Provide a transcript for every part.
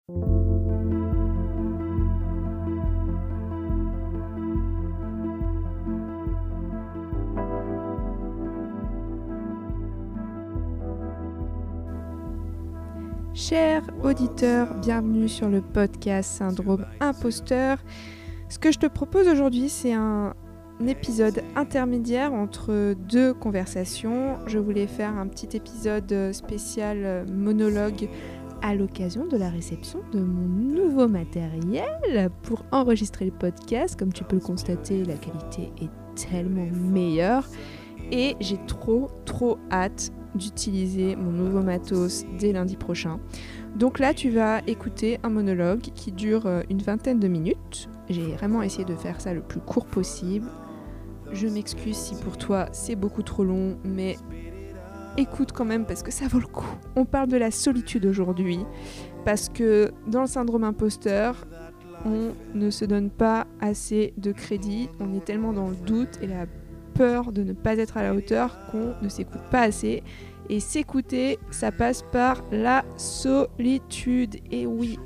Chers auditeurs, bienvenue sur le podcast Syndrome Imposteur. Ce que je te propose aujourd'hui, c'est un épisode intermédiaire entre deux conversations. Je voulais faire un petit épisode spécial monologue à l'occasion de la réception de mon nouveau matériel pour enregistrer le podcast. Comme tu peux le constater, la qualité est tellement meilleure et j'ai trop hâte d'utiliser mon nouveau matos dès lundi prochain. Donc là, tu vas écouter un monologue qui dure une vingtaine de minutes. J'ai vraiment essayé de faire ça le plus court possible. Je m'excuse si pour toi c'est beaucoup trop long, mais écoute quand même parce que ça vaut le coup. On parle de la solitude aujourd'hui, parce que dans le syndrome imposteur, on ne se donne pas assez de crédit. On est tellement dans le doute et la peur de ne pas être à la hauteur qu'on ne s'écoute pas assez. Et s'écouter, ça passe par la solitude. Et oui.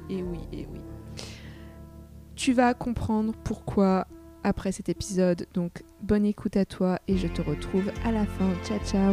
Tu vas comprendre pourquoi après cet épisode. Donc bonne écoute à toi et je te retrouve à la fin. Ciao.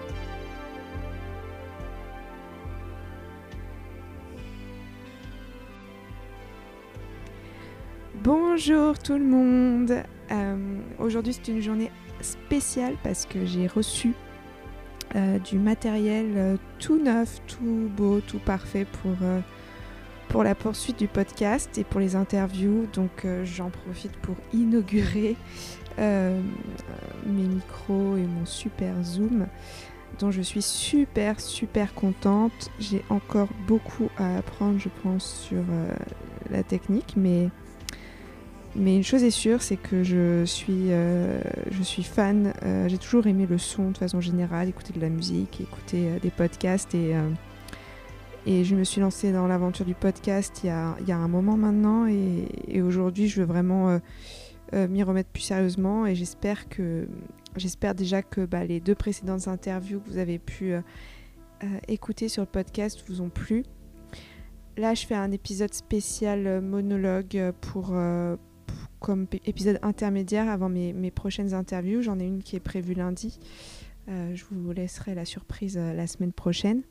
Bonjour tout le monde. Aujourd'hui c'est une journée spéciale parce que j'ai reçu du matériel tout neuf, tout beau, tout parfait pour la poursuite du podcast et pour les interviews. Donc j'en profite pour inaugurer mes micros et mon super Zoom dont je suis super contente. J'ai encore beaucoup à apprendre, je pense, sur la technique, mais une chose est sûre, c'est que je suis fan. J'ai toujours aimé le son de façon générale, écouter de la musique, écouter des podcasts. Et je me suis lancée dans l'aventure du podcast il y a un moment maintenant. Et aujourd'hui, je veux vraiment m'y remettre plus sérieusement. Et j'espère déjà que les deux précédentes interviews que vous avez pu écouter sur le podcast vous ont plu. Là, je fais un épisode spécial monologue comme épisode intermédiaire avant mes prochaines interviews. J'en ai une qui est prévue lundi. Je vous laisserai la surprise la semaine prochaine.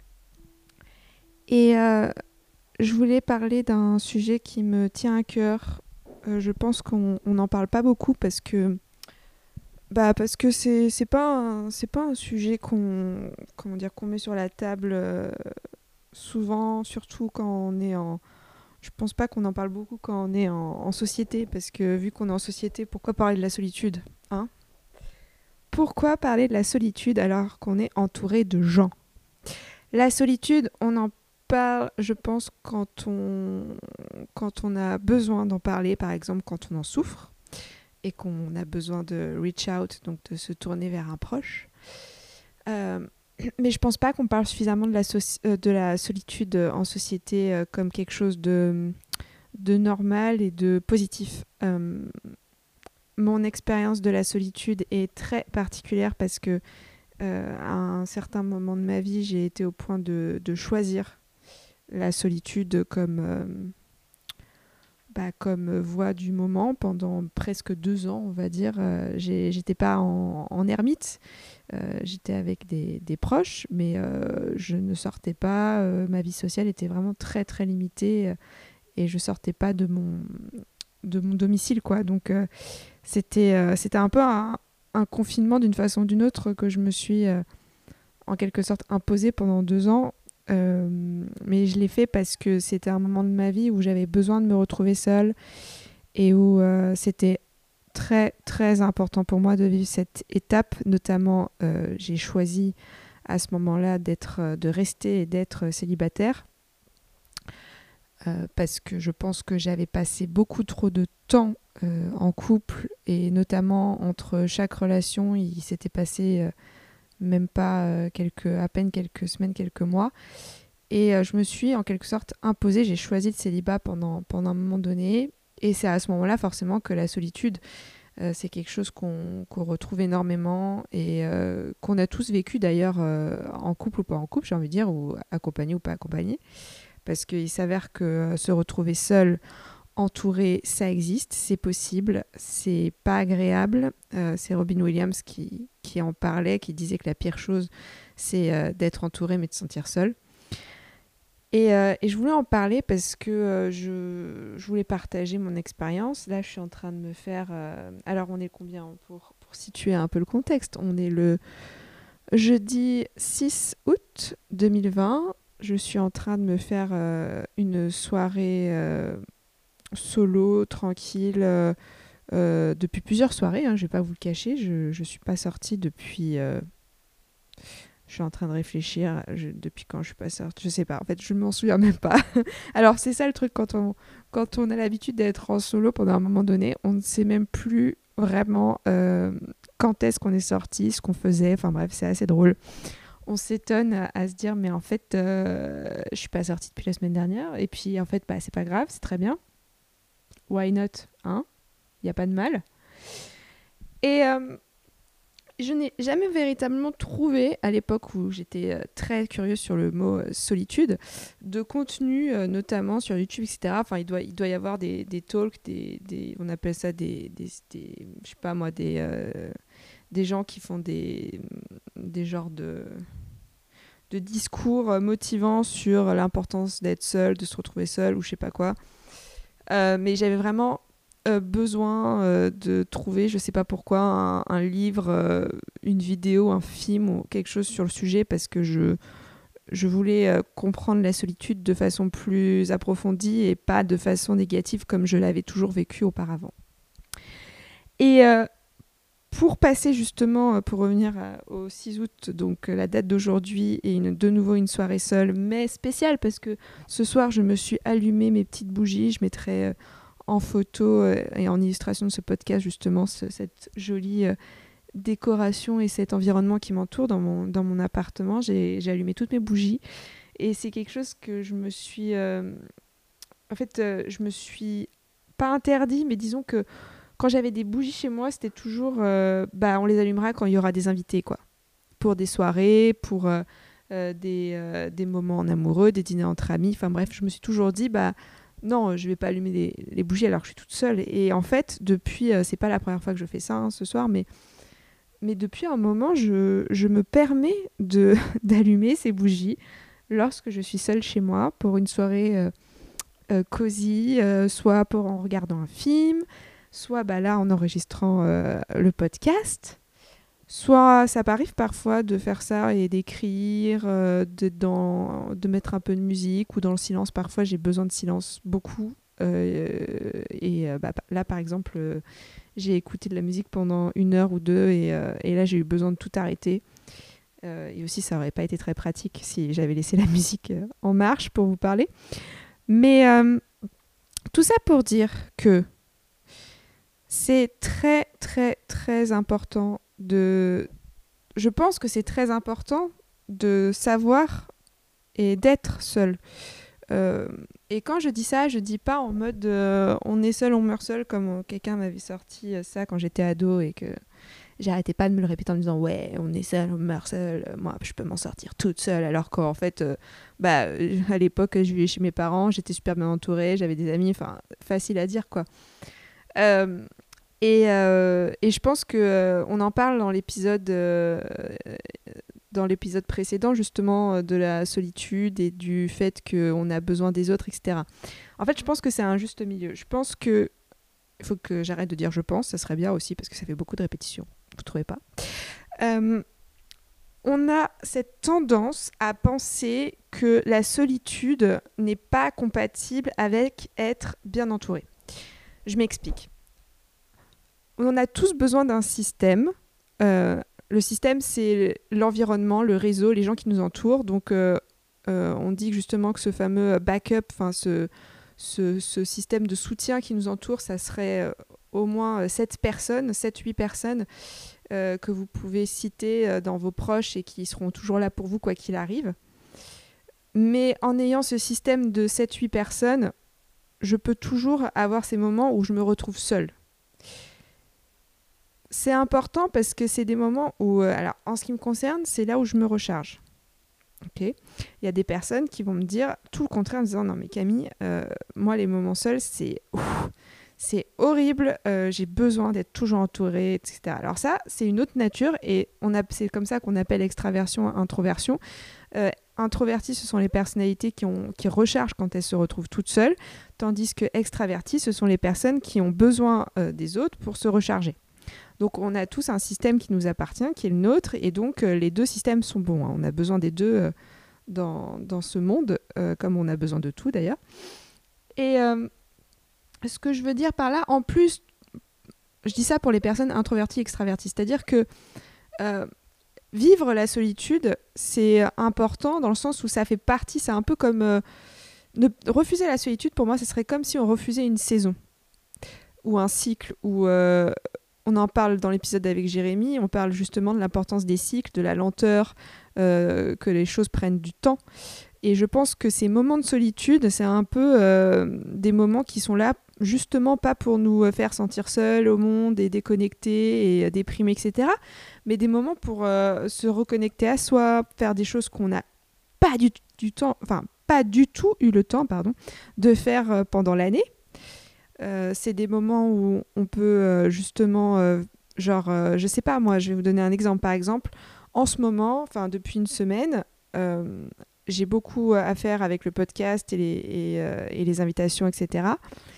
Et je voulais parler d'un sujet qui me tient à cœur. Je pense qu'on n'en parle pas beaucoup parce que c'est pas un sujet qu'on met sur la table souvent, surtout quand on est en... Je pense pas qu'on en parle beaucoup quand on est en société, parce que vu qu'on est en société, pourquoi parler de la solitude, hein ? Pourquoi parler de la solitude alors qu'on est entouré de gens ? La solitude, on en parle, je pense, quand on a besoin d'en parler, par exemple quand on en souffre, et qu'on a besoin de reach out, donc de se tourner vers un proche. Mais je pense pas qu'on parle suffisamment de la solitude en société comme quelque chose de normal et de positif. Mon expérience de la solitude est très particulière parce que à un certain moment de ma vie, j'ai été au point de choisir la solitude comme voie du moment pendant presque 2 ans, on va dire. J'étais pas en ermite, j'étais avec des proches, mais je ne sortais pas. Ma vie sociale était vraiment très limitée et je sortais pas de mon domicile, quoi. Donc c'était un peu un confinement d'une façon ou d'une autre que je me suis en quelque sorte imposé pendant 2 ans. Mais je l'ai fait parce que c'était un moment de ma vie où j'avais besoin de me retrouver seule et où c'était très important pour moi de vivre cette étape. Notamment, j'ai choisi à ce moment-là de rester et d'être célibataire parce que je pense que j'avais passé beaucoup trop de temps en couple, et notamment entre chaque relation, il s'était passé même pas à peine quelques semaines, quelques mois. Et je me suis en quelque sorte imposée, j'ai choisi le célibat pendant un moment donné. Et c'est à ce moment-là forcément que la solitude, c'est quelque chose qu'on retrouve énormément et qu'on a tous vécu d'ailleurs, en couple ou pas en couple, j'ai envie de dire, ou accompagné ou pas accompagné. parce qu'il s'avère que se retrouver seul, entouré, ça existe, c'est possible, c'est pas agréable. C'est Robin Williams qui en parlait, qui disait que la pire chose, c'est d'être entouré mais de se sentir seul. Et je voulais en parler parce que je voulais partager mon expérience. Là, je suis en train de me faire... alors, on est combien pour situer un peu le contexte? On est le jeudi 6 août 2020. Je suis en train de me faire une soirée solo, tranquille, depuis plusieurs soirées. Hein, je ne vais pas vous le cacher. Je ne suis pas sortie depuis... je suis en train de réfléchir depuis quand je suis pas sortie. Je sais pas. En fait, je ne m'en souviens même pas. Alors, c'est ça le truc quand on a l'habitude d'être en solo pendant un moment donné, on ne sait même plus vraiment quand est-ce qu'on est sorti, ce qu'on faisait. Enfin bref, c'est assez drôle. On s'étonne à se dire, mais en fait, je suis pas sortie depuis la semaine dernière. Et puis, en fait, bah, c'est pas grave, c'est très bien. Why not, hein? Il n'y a pas de mal. Et je n'ai jamais véritablement trouvé, à l'époque où j'étais très curieuse sur le mot solitude, de contenu, notamment sur YouTube, etc. Enfin, il doit y avoir des talks, on appelle ça je sais pas moi, des gens qui font des genres de discours motivants sur l'importance d'être seul, de se retrouver seul ou je sais pas quoi. Mais j'avais vraiment besoin de trouver, je sais pas pourquoi, un livre, une vidéo, un film ou quelque chose sur le sujet parce que je voulais comprendre la solitude de façon plus approfondie et pas de façon négative comme je l'avais toujours vécu auparavant. Et pour passer justement, pour revenir au 6 août, donc la date d'aujourd'hui, et de nouveau une soirée seule, mais spéciale parce que ce soir je me suis allumé mes petites bougies, je mettrai en photo et en illustration de ce podcast justement cette jolie décoration et cet environnement qui m'entoure dans mon appartement. J'ai allumé toutes mes bougies et c'est quelque chose que je me suis... je me suis pas interdit, mais disons que quand j'avais des bougies chez moi, c'était toujours... on les allumera quand il y aura des invités, quoi. Pour des soirées, pour des moments en amoureux, des dîners entre amis. Enfin bref, je me suis toujours dit, non, je vais pas allumer les bougies alors que je suis toute seule. Et en fait, depuis, c'est pas la première fois que je fais ça hein, ce soir, mais depuis un moment, je me permets d'allumer ces bougies lorsque je suis seule chez moi pour une soirée cosy, soit en regardant un film, soit là en enregistrant le podcast. Soit ça m'arrive parfois de faire ça et d'écrire, de mettre un peu de musique ou dans le silence. Parfois, j'ai besoin de silence beaucoup. Là, par exemple, j'ai écouté de la musique pendant 1 heure ou 2 et là, j'ai eu besoin de tout arrêter. Et aussi, ça n'aurait pas été très pratique si j'avais laissé la musique en marche pour vous parler. Mais tout ça pour dire que c'est très, très, très important je pense que c'est très important de savoir et d'être seul. Et quand je dis ça, je dis pas en mode on est seul, on meurt seul, comme quelqu'un m'avait sorti ça quand j'étais ado et que j'arrêtais pas de me le répéter en me disant ouais, on est seul, on meurt seul, moi je peux m'en sortir toute seule, alors qu'en fait à l'époque je vivais chez mes parents, j'étais super bien entourée, j'avais des amis, enfin facile à dire quoi. Et je pense qu'on en parle dans l'épisode précédent, justement, de la solitude et du fait qu'on a besoin des autres, etc. En fait, je pense que c'est un juste milieu. Je pense que... Il faut que j'arrête de dire je pense, ça serait bien aussi, parce que ça fait beaucoup de répétitions. Vous ne trouvez pas ? On a cette tendance à penser que la solitude n'est pas compatible avec être bien entouré. Je m'explique. On a tous besoin d'un système. Le système, c'est l'environnement, le réseau, les gens qui nous entourent. Donc, on dit justement que ce fameux backup, ce système de soutien qui nous entoure, ça serait au moins 7-8 personnes que vous pouvez citer dans vos proches et qui seront toujours là pour vous quoi qu'il arrive. Mais en ayant ce système de 7-8 personnes, je peux toujours avoir ces moments où je me retrouve seule. C'est important parce que c'est des moments où, alors en ce qui me concerne, c'est là où je me recharge. Ok. Il y a des personnes qui vont me dire tout le contraire en disant non mais Camille, moi les moments seuls c'est horrible, j'ai besoin d'être toujours entourée, etc. Alors ça c'est une autre nature et c'est comme ça qu'on appelle extraversion, introversion. Introverties, ce sont les personnalités qui rechargent quand elles se retrouvent toutes seules, tandis que extraverties, ce sont les personnes qui ont besoin des autres pour se recharger. Donc on a tous un système qui nous appartient, qui est le nôtre, et donc les deux systèmes sont bons. On a besoin des deux dans ce monde, comme on a besoin de tout d'ailleurs. Et ce que je veux dire par là, en plus, je dis ça pour les personnes introverties, extraverties, c'est-à-dire que vivre la solitude, c'est important dans le sens où ça fait partie, c'est un peu comme... refuser la solitude, pour moi, ce serait comme si on refusait une saison ou un cycle, ou on en parle dans l'épisode avec Jérémy, on parle justement de l'importance des cycles, de la lenteur, que les choses prennent du temps. Et je pense que ces moments de solitude, c'est un peu des moments qui sont là justement pas pour nous faire sentir seuls au monde et déconnectés et déprimés, etc. Mais des moments pour se reconnecter à soi, faire des choses qu'on n'a pas pas du tout eu le temps, de faire pendant l'année. C'est des moments où on peut justement, je sais pas, moi, je vais vous donner un exemple. Par exemple, en ce moment, depuis une semaine, j'ai beaucoup à faire avec le podcast et les invitations, etc.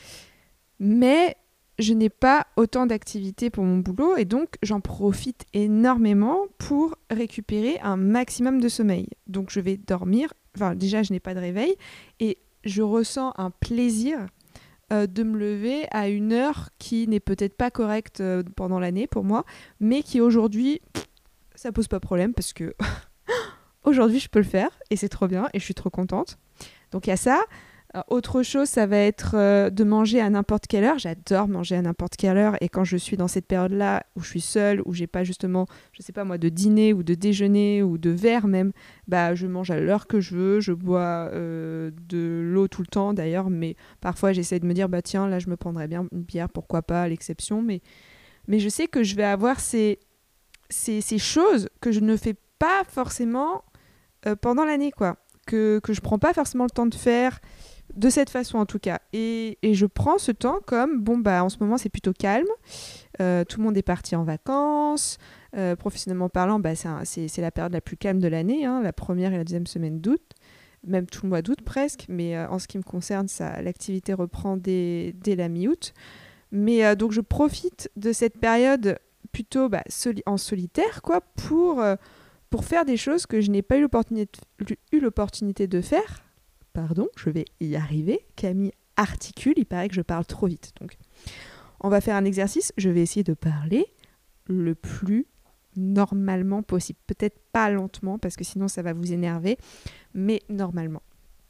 Mais je n'ai pas autant d'activités pour mon boulot et donc j'en profite énormément pour récupérer un maximum de sommeil. Donc je vais dormir, déjà je n'ai pas de réveil et je ressens un plaisir de me lever à une heure qui n'est peut-être pas correcte pendant l'année pour moi, mais qui aujourd'hui, ça pose pas problème parce que aujourd'hui je peux le faire et c'est trop bien et je suis trop contente. Donc il y a ça. Autre chose, ça va être de manger à n'importe quelle heure. J'adore manger à n'importe quelle heure et quand je suis dans cette période-là où je suis seule, où j'ai pas justement, je sais pas moi, de dîner ou de déjeuner ou de verre même, je mange à l'heure que je veux, je bois de l'eau tout le temps d'ailleurs, mais parfois j'essaie de me dire tiens là je me prendrais bien une bière, pourquoi pas à l'exception, mais je sais que je vais avoir ces choses que je ne fais pas forcément pendant l'année quoi, que je prends pas forcément le temps de faire de cette façon en tout cas. Et je prends ce temps comme, en ce moment c'est plutôt calme, tout le monde est parti en vacances, professionnellement parlant, c'est la période la plus calme de l'année, la première et la deuxième semaine d'août, même tout le mois d'août presque, mais en ce qui me concerne, l'activité reprend dès la mi-août. Mais donc je profite de cette période plutôt en solitaire quoi, pour faire des choses que je n'ai pas eu l'opportunité de faire. Pardon, je vais y arriver. Camille articule, il paraît que je parle trop vite. Donc, on va faire un exercice. Je vais essayer de parler le plus normalement possible. Peut-être pas lentement, parce que sinon ça va vous énerver, mais normalement.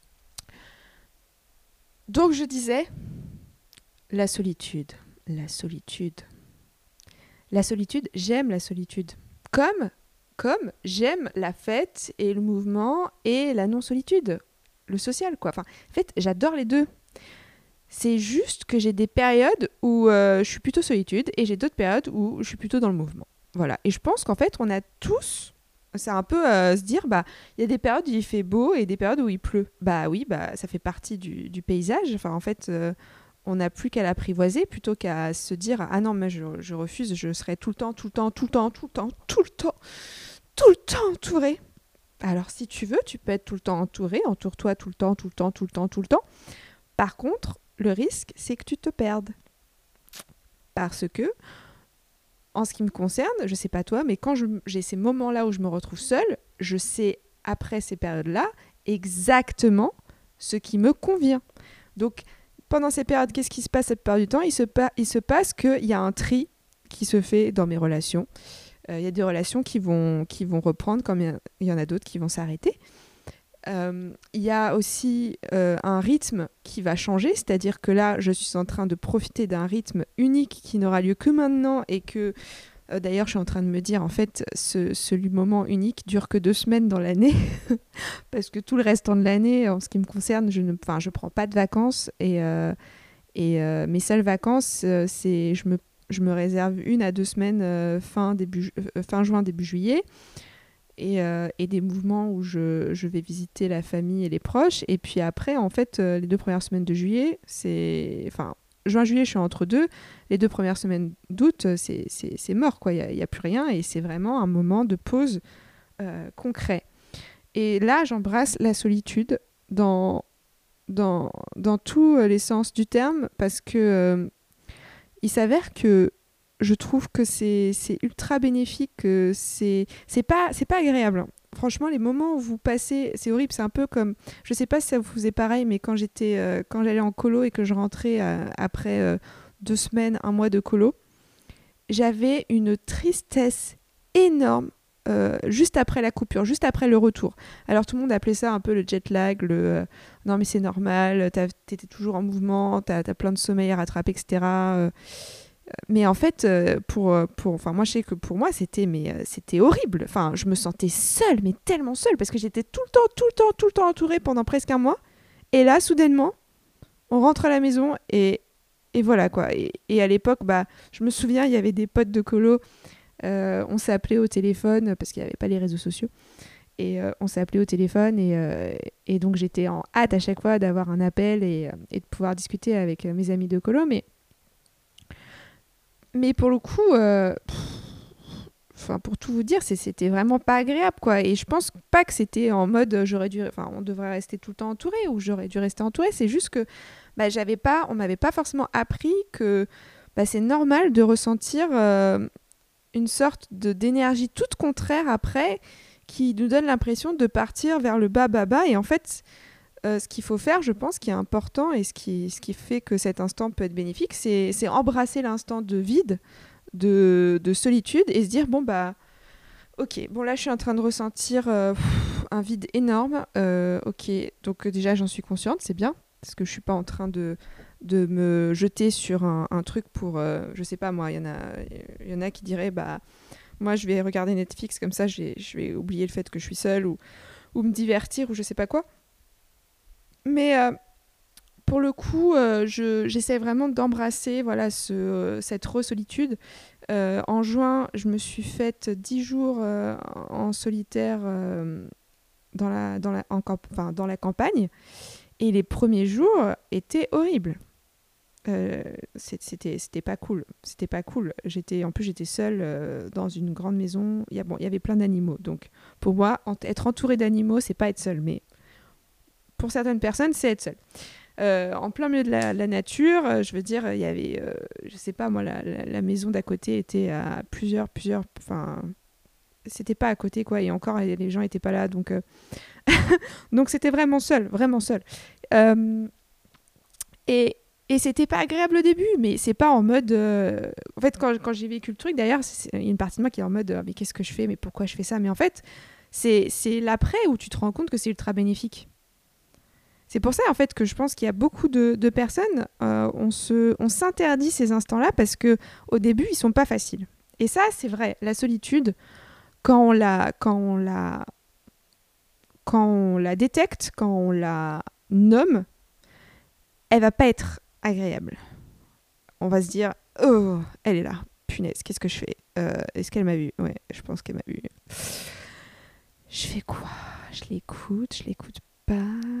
Donc, je disais, la solitude. La solitude. La solitude, j'aime la solitude. Comme j'aime la fête et le mouvement et la non-solitude. Le social quoi. En fait, j'adore les deux. C'est juste que j'ai des périodes où je suis plutôt solitude et j'ai d'autres périodes où je suis plutôt dans le mouvement. Voilà. Et je pense qu'en fait, on a tous, c'est un peu se dire, il y a des périodes où il fait beau et des périodes où il pleut. Oui, ça fait partie du paysage. En fait, on n'a plus qu'à l'apprivoiser plutôt qu'à se dire, ah non, mais je refuse, je serai tout le temps entourée. Alors, si tu veux, tu peux être tout le temps entouré, entoure-toi tout le temps. Par contre, le risque, c'est que tu te perdes. Parce que, en ce qui me concerne, je sais pas toi, mais quand j'ai ces moments-là où je me retrouve seule, je sais, après ces périodes-là, exactement ce qui me convient. Donc, pendant ces périodes, qu'est-ce qui se passe cette période du temps ? Il se passe qu'il y a un tri qui se fait dans mes relations. Il y a des relations qui vont reprendre, comme il y en a d'autres qui vont s'arrêter. Il y a aussi un rythme qui va changer, c'est-à-dire que là, je suis en train de profiter d'un rythme unique qui n'aura lieu que maintenant et que, d'ailleurs, je suis en train de me dire, en fait, ce moment unique dure que 2 semaines dans l'année parce que tout le restant de l'année, en ce qui me concerne, je prends pas de vacances et mes seules vacances, c'est je me réserve 1 à 2 semaines fin juin, début juillet. et des mouvements où je vais visiter la famille et les proches. Et puis après, en fait, les 2 premières semaines de juillet, enfin, juin-juillet, je suis entre deux. Les 2 premières semaines d'août, c'est mort, quoi. Il y a plus rien et c'est vraiment un moment de pause concret. Et là, j'embrasse la solitude dans tous les sens du terme parce que il s'avère que je trouve que c'est ultra bénéfique, que c'est pas agréable, hein. Franchement, les moments où vous passez, c'est horrible, c'est un peu comme, je sais pas si ça vous faisait pareil, mais quand j'allais en colo et que je rentrais après 2 semaines, 1 mois de colo, j'avais une tristesse énorme juste après la coupure, juste après le retour. Alors tout le monde appelait ça un peu le jet lag, non mais c'est normal, t'étais toujours en mouvement, t'as plein de sommeil à rattraper, etc. Mais en fait, enfin moi je sais que pour moi c'était horrible. Enfin, je me sentais seule, mais tellement seule, parce que j'étais tout le temps entourée pendant presque 1 mois. Et là, soudainement, on rentre à la maison et voilà quoi. Et à l'époque, je me souviens, il y avait des potes de colo. On s'est appelé au téléphone parce qu'il n'y avait pas les réseaux sociaux. Et on s'est appelé au téléphone et donc j'étais en hâte à chaque fois d'avoir un appel et de pouvoir discuter avec mes amis de colo. Mais pour le coup, pour tout vous dire, c'était vraiment pas agréable, quoi. Et je pense pas que c'était en mode on devrait rester tout le temps entouré ou j'aurais dû rester entouré. C'est juste que on m'avait pas forcément appris que c'est normal de ressentir une sorte d'énergie toute contraire après qui nous donne l'impression de partir vers le bas. Et en fait, ce qu'il faut faire, je pense, qui est important et ce qui fait que cet instant peut être bénéfique, c'est embrasser l'instant de vide, de solitude et se dire, ok, là je suis en train de ressentir un vide énorme, ok, donc déjà j'en suis consciente, c'est bien, parce que je suis pas en train de me jeter sur un truc pour, je sais pas moi, il y en a qui diraient, moi je vais regarder Netflix comme ça, je vais oublier le fait que je suis seule ou me divertir ou je sais pas quoi. Mais pour le coup, j'essaie vraiment d'embrasser cette re-solitude. En juin, je me suis faite 10 jours en solitaire dans la campagne. Et les premiers jours étaient horribles. C'était pas cool. C'était pas cool. En plus, j'étais seule dans une grande maison. Il y avait plein d'animaux. Donc, pour moi, être entourée d'animaux, c'est pas être seule. Mais pour certaines personnes, c'est être seule. En plein milieu de la nature, je veux dire, il y avait, je sais pas, moi, la maison d'à côté était à plusieurs, enfin, c'était pas à côté, quoi, et encore, les gens étaient pas là, donc c'était vraiment seul. Et c'était pas agréable au début, mais c'est pas en mode... En fait, quand j'ai vécu le truc, d'ailleurs, il y a une partie de moi qui est en mode mais qu'est-ce que je fais, mais pourquoi je fais ça? Mais en fait, c'est l'après où tu te rends compte que c'est ultra bénéfique. C'est pour ça, en fait, que je pense qu'il y a beaucoup de personnes, on s'interdit ces instants-là parce qu'au début, ils sont pas faciles. Et ça, c'est vrai. La solitude, quand on la détecte, quand on la nomme, elle va pas être agréable. On va se dire, oh, elle est là. Punaise, qu'est-ce que je fais? Est-ce qu'elle m'a vu? Ouais, je pense qu'elle m'a vu. Je fais quoi? Je l'écoute pas.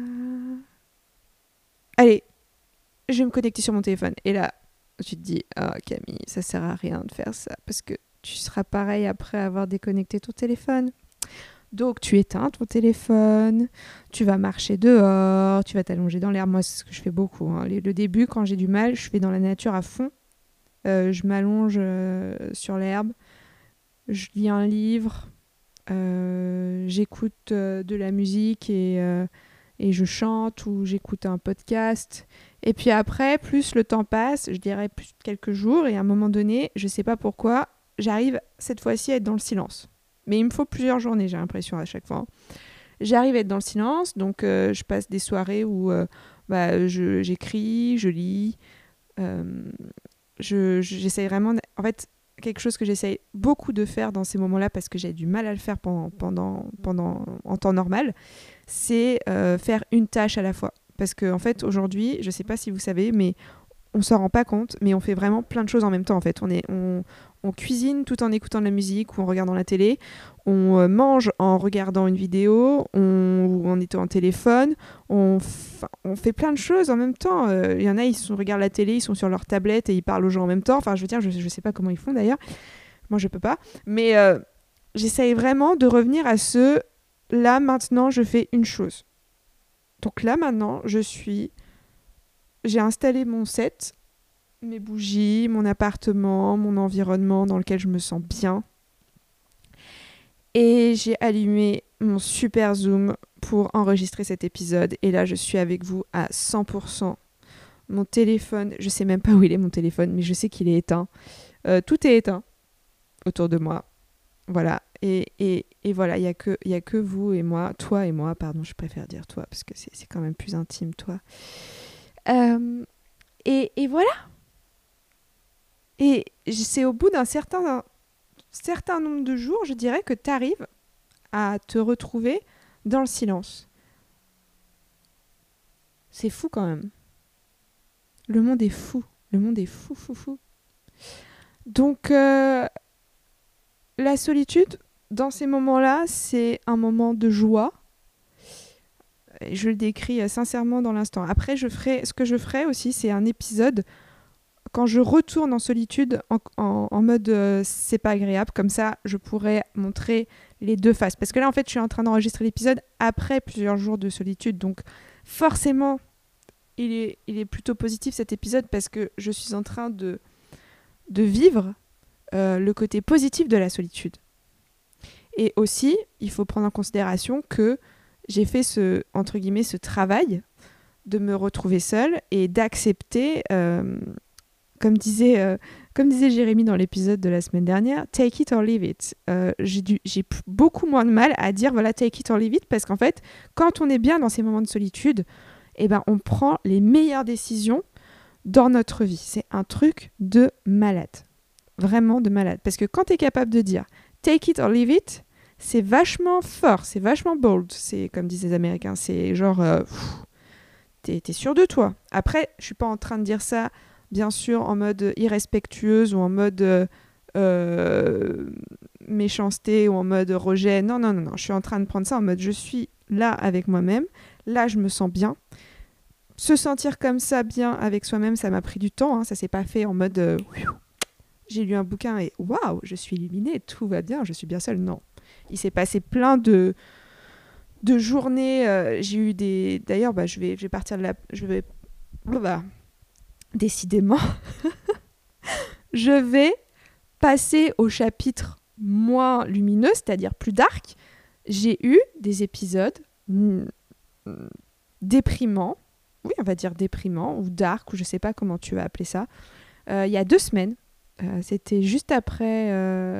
Allez, je vais me connecter sur mon téléphone. Et là, tu te dis, oh Camille, ça sert à rien de faire ça parce que tu seras pareil après avoir déconnecté ton téléphone. Donc tu éteins ton téléphone, tu vas marcher dehors, tu vas t'allonger dans l'herbe. Moi, c'est ce que je fais beaucoup, hein. Le début, quand j'ai du mal, je vais dans la nature à fond. Je m'allonge sur l'herbe, je lis un livre, j'écoute de la musique et je chante ou j'écoute un podcast. Et puis après, plus le temps passe, je dirais plus de quelques jours, et à un moment donné, je sais pas pourquoi, j'arrive cette fois-ci à être dans le silence. Mais il me faut plusieurs journées, j'ai l'impression, à chaque fois. J'arrive à être dans le silence, donc je passe des soirées où j'écris, je lis. J'essaye vraiment... En fait, quelque chose que j'essaye beaucoup de faire dans ces moments-là, parce que j'ai du mal à le faire en temps normal, c'est faire une tâche à la fois. Parce qu'en fait, aujourd'hui, je ne sais pas si vous savez, mais on ne s'en rend pas compte, mais on fait vraiment plein de choses en même temps, en fait. On cuisine tout en écoutant de la musique ou en regardant la télé. On mange en regardant une vidéo ou en étant en téléphone. On fait plein de choses en même temps. Il y en a, regardent la télé, ils sont sur leur tablette et ils parlent aux gens en même temps. Enfin, je veux dire, je sais pas comment ils font d'ailleurs. Moi, je peux pas. Mais j'essaye vraiment de revenir à ce... Là, maintenant, je fais une chose. Donc là, maintenant, j'ai installé mon set, mes bougies, mon appartement, mon environnement dans lequel je me sens bien. Et j'ai allumé mon super Zoom pour enregistrer cet épisode. Et là, je suis avec vous à 100%. Mon téléphone, je sais même pas où il est mon téléphone, mais je sais qu'il est éteint. Tout est éteint autour de moi. Voilà. Et voilà, il y a que vous et moi, toi et moi, pardon, je préfère dire toi, parce que c'est quand même plus intime, toi. Et voilà. Et c'est au bout d'un certain nombre de jours, je dirais, que tu arrives à te retrouver dans le silence. C'est fou quand même. Le monde est fou. Le monde est fou, fou, fou. Donc, la solitude, dans ces moments-là, c'est un moment de joie. Et je le décris sincèrement dans l'instant. Après, ce que je ferai aussi, c'est un épisode quand je retourne en solitude en mode c'est pas agréable. Comme ça, je pourrais montrer les deux faces. Parce que là, en fait, je suis en train d'enregistrer l'épisode après plusieurs jours de solitude. Donc, forcément, il est plutôt positif cet épisode parce que je suis en train de vivre le côté positif de la solitude. Et aussi, il faut prendre en considération que j'ai fait entre guillemets, ce travail de me retrouver seule et d'accepter, comme disait Jérémy dans l'épisode de la semaine dernière, take it or leave it. J'ai beaucoup moins de mal à dire voilà, take it or leave it, parce qu'en fait, quand on est bien dans ces moments de solitude, eh ben, on prend les meilleures décisions dans notre vie. C'est un truc de malade. Vraiment de malade. Parce que quand tu es capable de dire take it or leave it, c'est vachement fort, c'est vachement bold. C'est comme disent les Américains, c'est genre t'es sûr de toi. Après, je suis pas en train de dire ça, bien sûr, en mode irrespectueuse ou en mode méchanceté ou en mode rejet. Non. Je suis en train de prendre ça en mode je suis là avec moi-même. Là, je me sens bien. Se sentir comme ça bien avec soi-même, ça m'a pris du temps. Hein. Ça s'est pas fait en mode j'ai lu un bouquin et waouh, je suis illuminée, tout va bien, je suis bien seule. Non. Il s'est passé plein de journées. J'ai eu des. D'ailleurs, je vais partir de la. Décidément, je vais passer au chapitre moins lumineux, c'est-à-dire plus dark. J'ai eu des épisodes déprimants. Oui, on va dire déprimants ou dark, ou je sais pas comment tu vas appeler ça. Il y a 2 semaines. C'était juste après.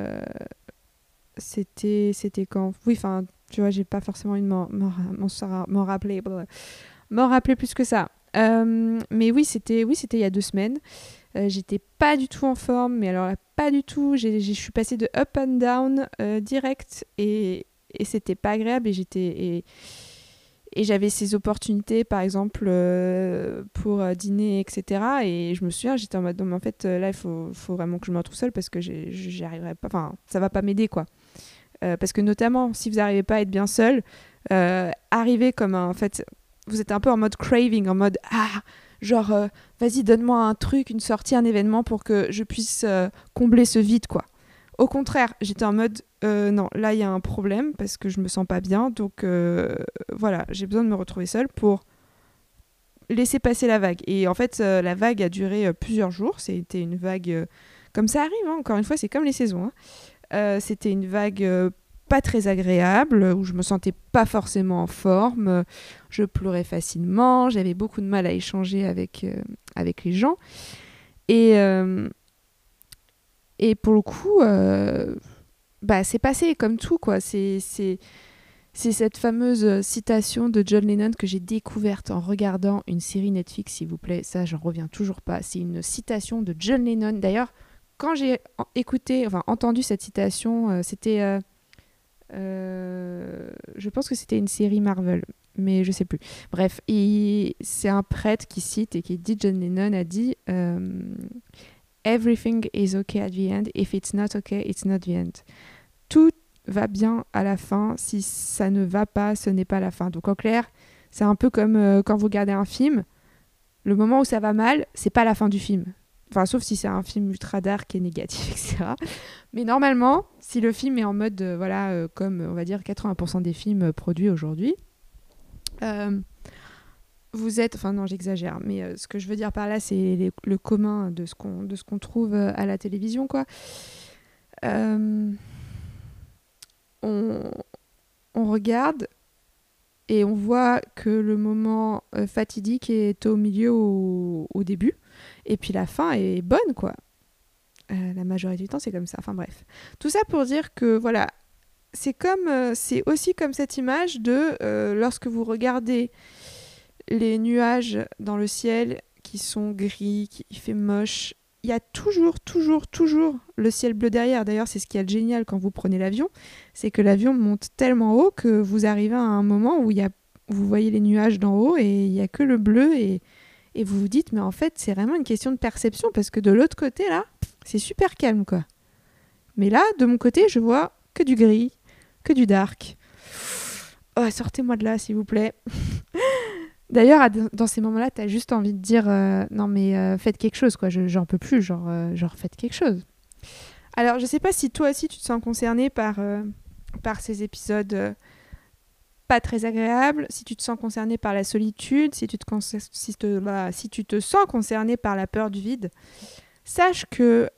C'était quand. Oui, enfin, tu vois, j'ai pas forcément envie de m'en rappeler. M'en rappeler plus que ça. Mais oui, c'était il y a 2 semaines. J'étais pas du tout en forme, mais alors là, pas du tout. Je suis passée de up and down direct et c'était pas agréable et j'avais ces opportunités, par exemple, pour dîner, etc. Et je me souviens, j'étais en mode, non, mais en fait, là, il faut vraiment que je me retrouve seule parce que j'y arriverai pas. Enfin, ça va pas m'aider, quoi. Parce que notamment, si vous n'arrivez pas à être bien seul, arrivez comme en fait, vous êtes un peu en mode craving, en mode genre vas-y, donne-moi un truc, une sortie, un événement pour que je puisse combler ce vide, quoi. Au contraire, j'étais en mode non, là il y a un problème parce que je me sens pas bien, donc voilà, j'ai besoin de me retrouver seule pour laisser passer la vague. Et en fait, la vague a duré plusieurs jours. C'était une vague comme ça arrive, hein, encore une fois, c'est comme les saisons. Hein. C'était une vague pas très agréable, où je me sentais pas forcément en forme, je pleurais facilement, j'avais beaucoup de mal à échanger avec les gens. Et pour le coup, c'est passé comme tout, quoi. C'est cette fameuse citation de John Lennon que j'ai découverte en regardant une série Netflix, s'il vous plaît. Ça, j'en reviens toujours pas. C'est une citation de John Lennon. D'ailleurs, quand j'ai entendu cette citation, c'était... je pense que c'était une série Marvel, mais je sais plus. Bref, c'est un prêtre qui cite et qui dit, John Lennon a dit everything is okay at the end. If it's not okay, it's not the end. Tout va bien à la fin. Si ça ne va pas, ce n'est pas la fin. Donc en clair, c'est un peu comme quand vous regardez un film. Le moment où ça va mal, c'est pas la fin du film. Enfin, sauf si c'est un film ultra dark et négatif, etc. Mais normalement, si le film est en mode, comme on va dire 80% des films produits aujourd'hui, vous êtes... Enfin non, j'exagère, mais ce que je veux dire par là, c'est le commun de ce qu'on trouve à la télévision, quoi. On regarde et on voit que le moment fatidique est au milieu, au début. Et puis la fin est bonne, quoi. La majorité du temps, c'est comme ça. Enfin bref. Tout ça pour dire que, voilà, c'est aussi comme cette image de lorsque vous regardez les nuages dans le ciel qui sont gris, qui fait moche, il y a toujours le ciel bleu derrière. D'ailleurs, c'est ce qui est génial quand vous prenez l'avion, c'est que l'avion monte tellement haut que vous arrivez à un moment où vous voyez les nuages d'en haut et il n'y a que le bleu et vous vous dites, mais en fait, c'est vraiment une question de perception parce que de l'autre côté, là, c'est super calme, quoi. Mais là, de mon côté, je vois que du gris, que du dark. Oh, sortez-moi de là, s'il vous plaît. D'ailleurs, dans ces moments-là, t'as juste envie de dire non mais faites quelque chose, quoi. J'en peux plus, genre faites quelque chose. Alors, je sais pas si toi aussi tu te sens concerné par ces épisodes pas très agréables, si tu te sens concerné par la solitude, si tu te sens concerné par la peur du vide. Sache que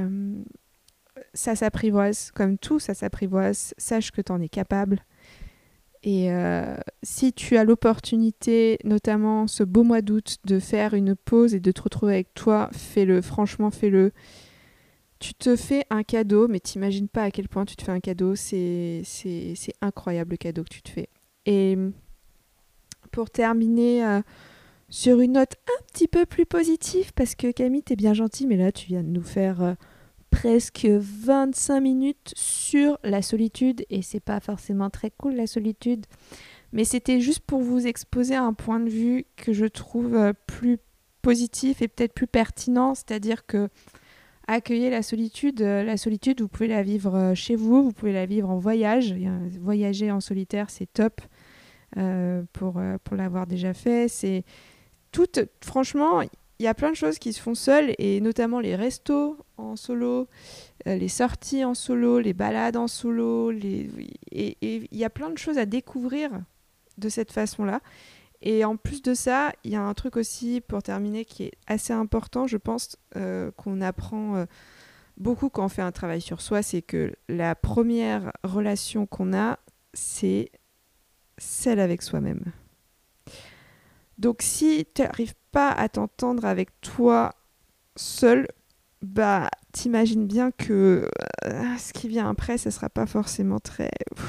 ça s'apprivoise, comme tout, ça s'apprivoise. Sache que t'en es capable. Et si tu as l'opportunité, notamment ce beau mois d'août, de faire une pause et de te retrouver avec toi, fais-le, franchement fais-le. Tu te fais un cadeau, mais t'imagines pas à quel point tu te fais un cadeau, c'est incroyable le cadeau que tu te fais. Et pour terminer sur une note un petit peu plus positive, parce que Camille, t'es bien gentille, mais là tu viens de nous faire... presque 25 minutes sur la solitude et c'est pas forcément très cool la solitude, mais c'était juste pour vous exposer un point de vue que je trouve plus positif et peut-être plus pertinent, c'est-à-dire que accueillez la solitude, vous pouvez la vivre chez vous, vous pouvez la vivre en voyage. Voyager en solitaire, c'est top pour l'avoir déjà fait. C'est franchement, il y a plein de choses qui se font seules, et notamment les restos en solo, les sorties en solo, les balades en solo, et il y a plein de choses à découvrir de cette façon-là. Et en plus de ça, il y a un truc aussi, pour terminer, qui est assez important, je pense, qu'on apprend beaucoup quand on fait un travail sur soi, c'est que la première relation qu'on a, c'est celle avec soi-même. Donc si tu n'arrives pas à t'entendre avec toi seul, bah t'imagines bien que ce qui vient après, ça sera pas forcément très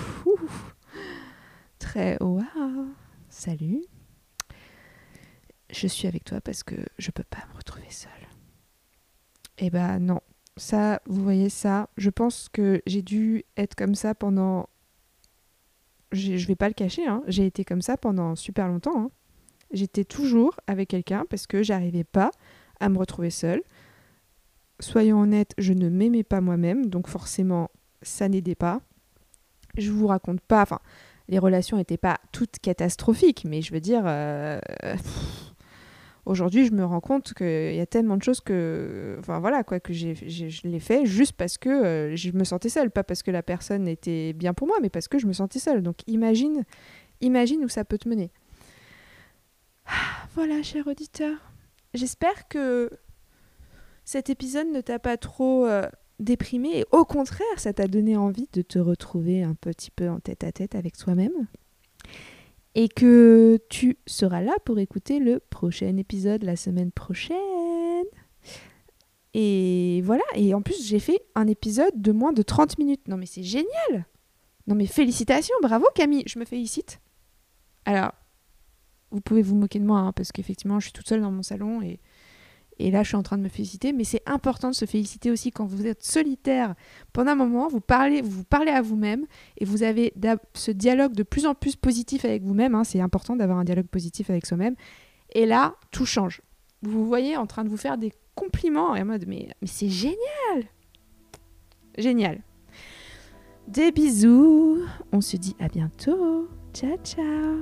waouh. Salut. Je suis avec toi parce que je peux pas me retrouver seule. Et bah non, ça, vous voyez ça, je pense que j'ai dû être comme ça pendant... Je vais pas le cacher, hein, j'ai été comme ça pendant super longtemps, hein. J'étais toujours avec quelqu'un parce que j'arrivais pas à me retrouver seule. Soyons honnêtes, je ne m'aimais pas moi-même, donc forcément, ça n'aidait pas. Je vous raconte pas, enfin, les relations n'étaient pas toutes catastrophiques, mais je veux dire, aujourd'hui, je me rends compte qu'il y a tellement de choses que, enfin voilà, quoi, que je l'ai fait juste parce que je me sentais seule, pas parce que la personne était bien pour moi, mais parce que je me sentais seule. Donc imagine où ça peut te mener. Voilà, cher auditeur. J'espère que cet épisode ne t'a pas trop déprimé et au contraire, ça t'a donné envie de te retrouver un petit peu en tête-à-tête avec toi-même et que tu seras là pour écouter le prochain épisode la semaine prochaine. Et voilà, et en plus, j'ai fait un épisode de moins de 30 minutes. Non mais c'est génial! Non mais félicitations, bravo Camille, je me félicite. Alors, vous pouvez vous moquer de moi, hein, parce qu'effectivement, je suis toute seule dans mon salon et là, je suis en train de me féliciter. Mais c'est important de se féliciter aussi quand vous êtes solitaire. Pendant un moment, vous parlez à vous-même et vous avez ce dialogue de plus en plus positif avec vous-même. Hein, c'est important d'avoir un dialogue positif avec soi-même. Et là, tout change. Vous vous voyez en train de vous faire des compliments et en mode mais c'est génial. Génial. Des bisous. On se dit à bientôt. Ciao, ciao.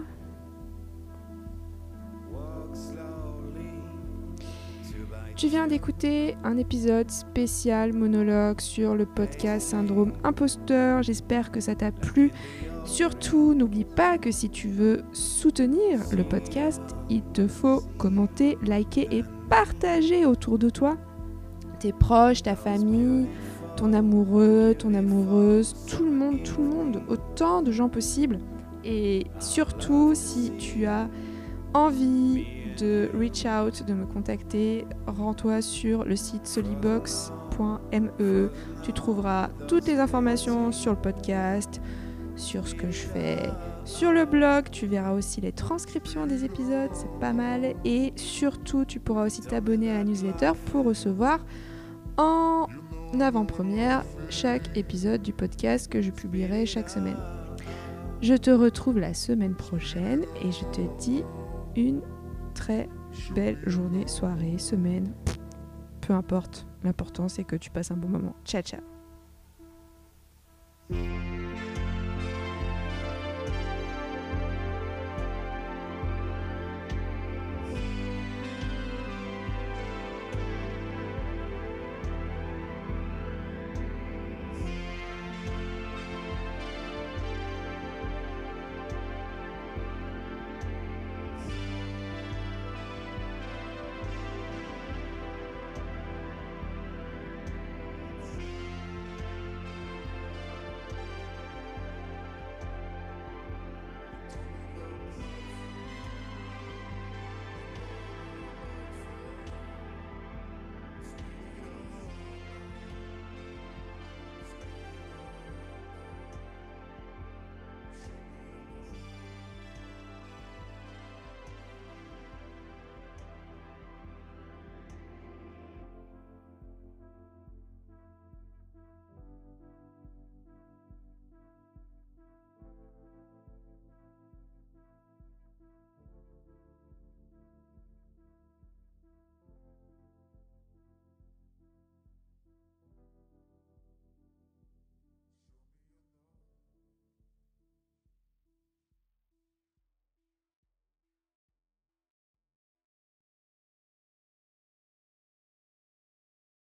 Tu viens d'écouter un épisode spécial monologue sur le podcast Syndrome Imposteur. J'espère que ça t'a plu. Surtout, n'oublie pas que si tu veux soutenir le podcast, il te faut commenter, liker et partager autour de toi. Tes proches, ta famille, ton amoureux, ton amoureuse, tout le monde, autant de gens possible. Et surtout, si tu as envie de reach out, de me contacter, rends-toi sur le site solibox.me. Tu trouveras toutes les informations sur le podcast, sur ce que je fais, sur le blog. Tu verras aussi les transcriptions des épisodes, c'est pas mal. Et surtout, tu pourras aussi t'abonner à la newsletter pour recevoir en avant-première chaque épisode du podcast que je publierai chaque semaine. Je te retrouve la semaine prochaine et je te dis une très belle journée, soirée, semaine, peu importe. L'important c'est que tu passes un bon moment. Ciao, ciao.